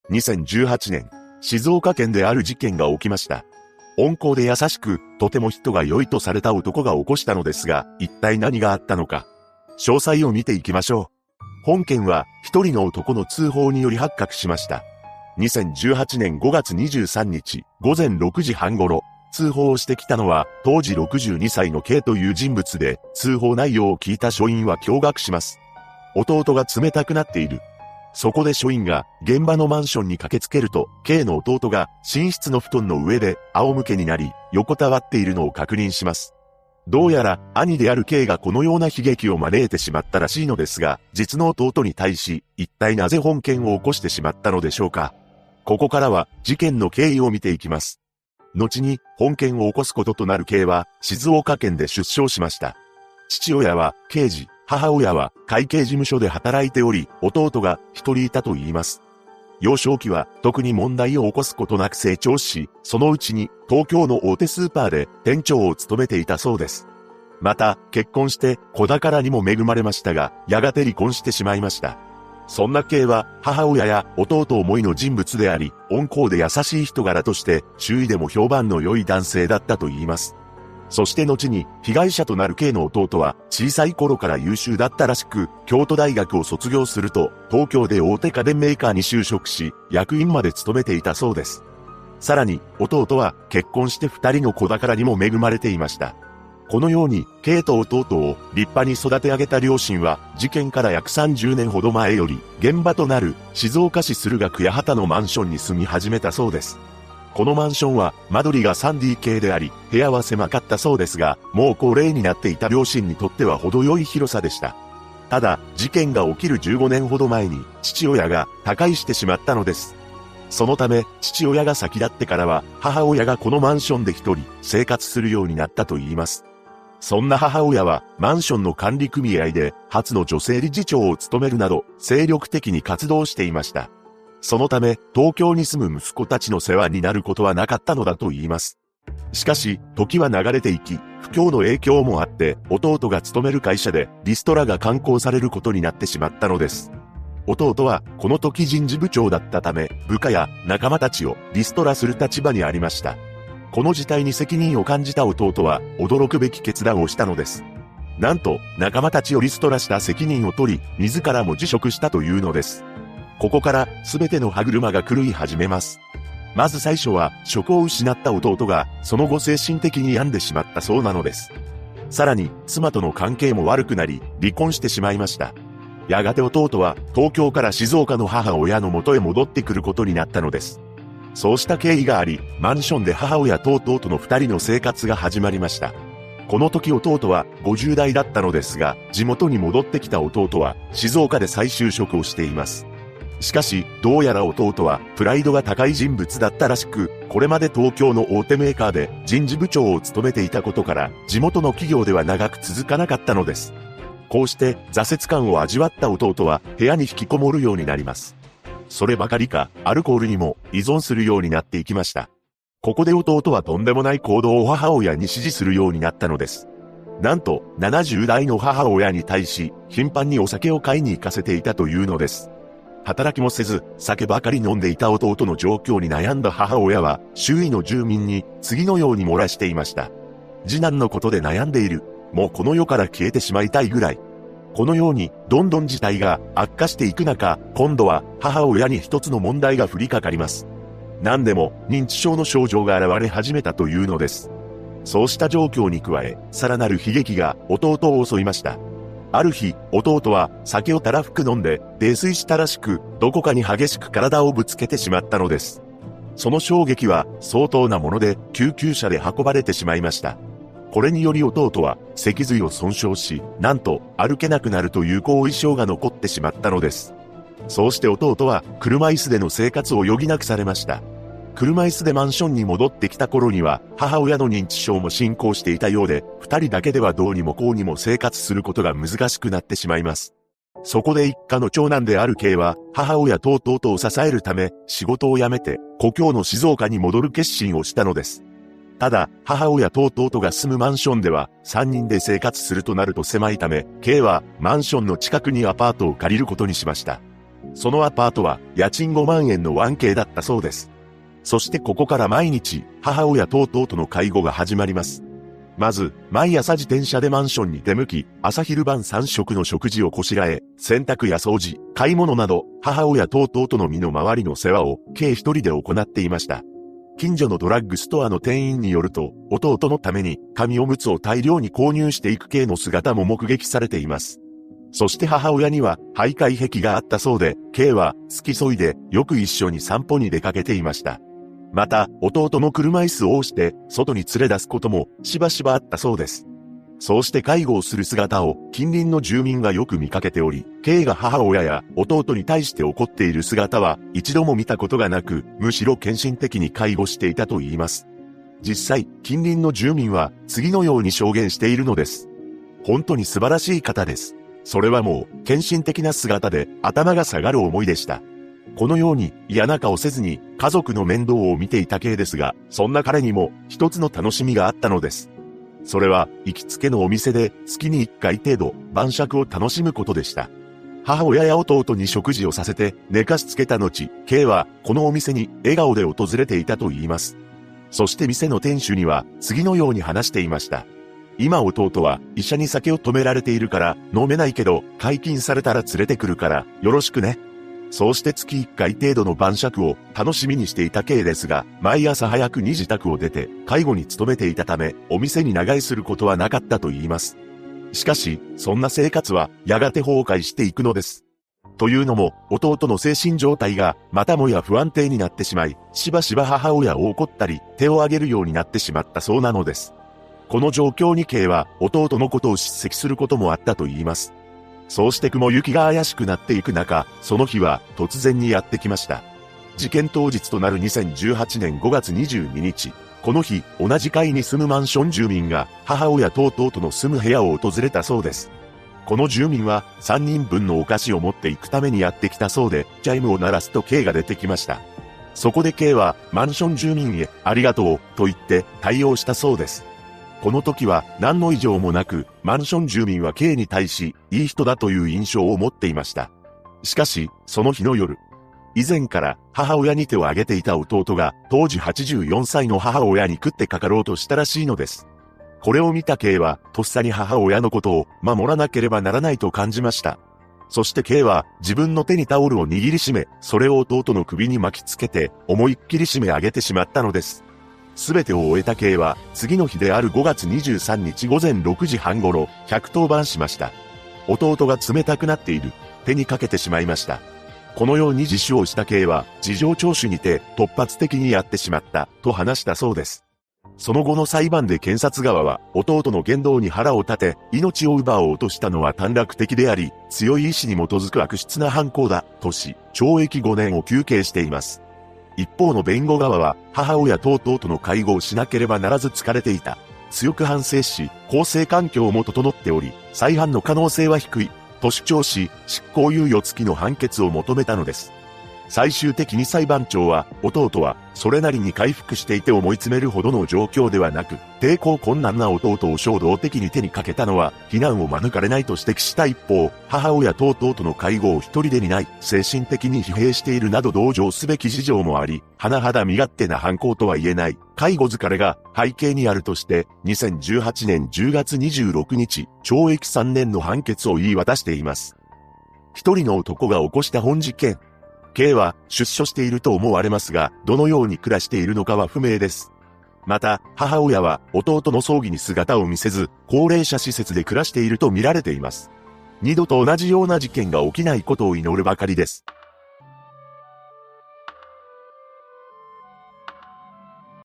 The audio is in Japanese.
2018年、静岡県である事件が起きました。温厚で優しく、とても人が良いとされた男が起こしたのですが、一体何があったのか。詳細を見ていきましょう。本件は、一人の男の通報により発覚しました。2018年5月23日、午前6時半頃、通報をしてきたのは、当時62歳の K という人物で、通報内容を聞いた署員は驚愕します。弟が冷たくなっている。そこで署員が現場のマンションに駆けつけると、K の弟が寝室の布団の上で仰向けになり、横たわっているのを確認します。どうやら兄である K がこのような悲劇を招いてしまったらしいのですが、実の弟に対し、一体なぜ本件を起こしてしまったのでしょうか。ここからは事件の経緯を見ていきます。後に本件を起こすこととなる K は静岡県で出生しました。父親は刑事、母親は会計事務所で働いており、弟が一人いたと言います。幼少期は特に問題を起こすことなく成長し、そのうちに東京の大手スーパーで店長を務めていたそうです。また結婚して子宝にも恵まれましたが、やがて離婚してしまいました。そんな K は母親や弟思いの人物であり、温厚で優しい人柄として周囲でも評判の良い男性だったと言います。そして後に被害者となる K の弟は小さい頃から優秀だったらしく、京都大学を卒業すると東京で大手家電メーカーに就職し、役員まで務めていたそうです。さらに弟は結婚して2人の子宝にも恵まれていました。このように K と弟を立派に育て上げた両親は事件から約30年ほど前より現場となる静岡市駿河区八幡のマンションに住み始めたそうです。このマンションは間取りが 3DK であり、部屋は狭かったそうですが、もう高齢になっていた両親にとっては程よい広さでした。ただ、事件が起きる15年ほど前に父親が他界してしまったのです。そのため、父親が先立ってからは母親がこのマンションで一人生活するようになったと言います。そんな母親はマンションの管理組合で初の女性理事長を務めるなど精力的に活動していました。そのため東京に住む息子たちの世話になることはなかったのだと言います。しかし時は流れていき、不況の影響もあって弟が勤める会社でリストラが敢行されることになってしまったのです。弟はこの時人事部長だったため部下や仲間たちをリストラする立場にありました。この事態に責任を感じた弟は驚くべき決断をしたのです。なんと仲間たちをリストラした責任を取り、自らも辞職したというのです。ここから全ての歯車が狂い始めます。まず最初は職を失った弟がその後精神的に病んでしまったそうなのです。さらに妻との関係も悪くなり離婚してしまいました。やがて弟は東京から静岡の母親の元へ戻ってくることになったのです。そうした経緯があり、マンションで母親と弟の2人の生活が始まりました。この時弟は50代だったのですが、地元に戻ってきた弟は静岡で再就職をしています。しかし、どうやら弟はプライドが高い人物だったらしく、これまで東京の大手メーカーで人事部長を務めていたことから、地元の企業では長く続かなかったのです。こうして挫折感を味わった弟は部屋に引きこもるようになります。そればかりか、アルコールにも依存するようになっていきました。ここで弟はとんでもない行動を母親に指示するようになったのです。なんと、70代の母親に対し、頻繁にお酒を買いに行かせていたというのです。働きもせず、酒ばかり飲んでいた弟の状況に悩んだ母親は、周囲の住民に次のように漏らしていました。次男のことで悩んでいる。もうこの世から消えてしまいたいぐらい。このようにどんどん事態が悪化していく中、今度は母親に一つの問題が降りかかります。何でも認知症の症状が現れ始めたというのです。そうした状況に加え、さらなる悲劇が弟を襲いました。ある日、弟は酒をたらふく飲んで泥酔したらしく、どこかに激しく体をぶつけてしまったのです。その衝撃は相当なもので救急車で運ばれてしまいました。これにより弟は脊髄を損傷し、なんと歩けなくなるという後遺症が残ってしまったのです。そうして弟は車椅子での生活を余儀なくされました。車椅子でマンションに戻ってきた頃には母親の認知症も進行していたようで、二人だけではどうにもこうにも生活することが難しくなってしまいます。そこで一家の長男である K は母親と弟を支えるため仕事を辞めて故郷の静岡に戻る決心をしたのです。ただ、母親と弟が住むマンションでは、3人で生活するとなると狭いため、K はマンションの近くにアパートを借りることにしました。 そのアパートは家賃5万円の 1K だったそうです。そしてここから毎日、母親と弟の介護が始まります。まず、毎朝自転車でマンションに出向き、朝昼晩3食の食事をこしらえ、洗濯や掃除、買い物など、母親と弟の身の回りの世話を、計一人で行っていました。近所のドラッグストアの店員によると、弟のために、紙おむつを大量に購入していく系の姿も目撃されています。そして母親には、徘徊癖があったそうで、Kは、付き添いで、よく一緒に散歩に出かけていました。また、弟の車椅子を押して、外に連れ出すことも、しばしばあったそうです。そうして介護をする姿を、近隣の住民がよく見かけており、Kが母親や弟に対して怒っている姿は、一度も見たことがなく、むしろ献身的に介護していたと言います。実際、近隣の住民は、次のように証言しているのです。本当に素晴らしい方です。それはもう、献身的な姿で、頭が下がる思いでした。このように嫌な顔せずに家族の面倒を見ていた系ですが、そんな彼にも一つの楽しみがあったのです。それは行きつけのお店で月に1回程度晩酌を楽しむことでした。母親や弟に食事をさせて寝かしつけた後、K はこのお店に笑顔で訪れていたと言います。そして店の店主には次のように話していました。今弟は医者に酒を止められているから飲めないけど解禁されたら連れてくるからよろしくね。そうして月1回程度の晩酌を楽しみにしていたKですが、毎朝早くに自宅を出て介護に勤めていたため、お店に長居することはなかったと言います。しかし、そんな生活はやがて崩壊していくのです。というのも、弟の精神状態がまたもや不安定になってしまい、しばしば母親を怒ったり、手を挙げるようになってしまったそうなのです。この状況にKは弟のことを叱責することもあったと言います。そうして雲行きが怪しくなっていく中、その日は突然にやってきました。事件当日となる2018年5月22日、この日、同じ階に住むマンション住民が母親と弟の住む部屋を訪れたそうです。この住民は3人分のお菓子を持っていくためにやってきたそうで、チャイムを鳴らすとKが出てきました。そこでKはマンション住民へありがとうと言って対応したそうです。この時は何の異常もなく、マンション住民はKに対し、いい人だという印象を持っていました。しかし、その日の夜、以前から母親に手を挙げていた弟が、当時84歳の母親に食ってかかろうとしたらしいのです。これを見たKは、とっさに母親のことを守らなければならないと感じました。そしてKは自分の手にタオルを握りしめ、それを弟の首に巻きつけて、思いっきり締め上げてしまったのです。すべてを終えたKは、次の日である5月23日午前6時半頃、110番しました。弟が冷たくなっている。手にかけてしまいました。このように自首をしたKは、事情聴取にて突発的にやってしまった、と話したそうです。その後の裁判で検察側は、弟の言動に腹を立て、命を奪おうとしたのは短絡的であり、強い意志に基づく悪質な犯行だ、とし、懲役5年を求刑しています。一方の弁護側は、母親と弟の介護をしなければならず疲れていた。強く反省し、更生環境も整っており、再犯の可能性は低い、と主張し、執行猶予付きの判決を求めたのです。最終的に裁判長は、弟は、それなりに回復していて思い詰めるほどの状況ではなく、抵抗困難な弟を衝動的に手にかけたのは、非難を免れないと指摘した一方、母親と弟の介護を一人で担い、精神的に疲弊しているなど同情すべき事情もあり、甚だ身勝手な犯行とは言えない、介護疲れが背景にあるとして、2018年10月26日、懲役3年の判決を言い渡しています。一人の男が起こした本事件。K は出所していると思われますが、どのように暮らしているのかは不明です。また、母親は弟の葬儀に姿を見せず、高齢者施設で暮らしていると見られています。二度と同じような事件が起きないことを祈るばかりです。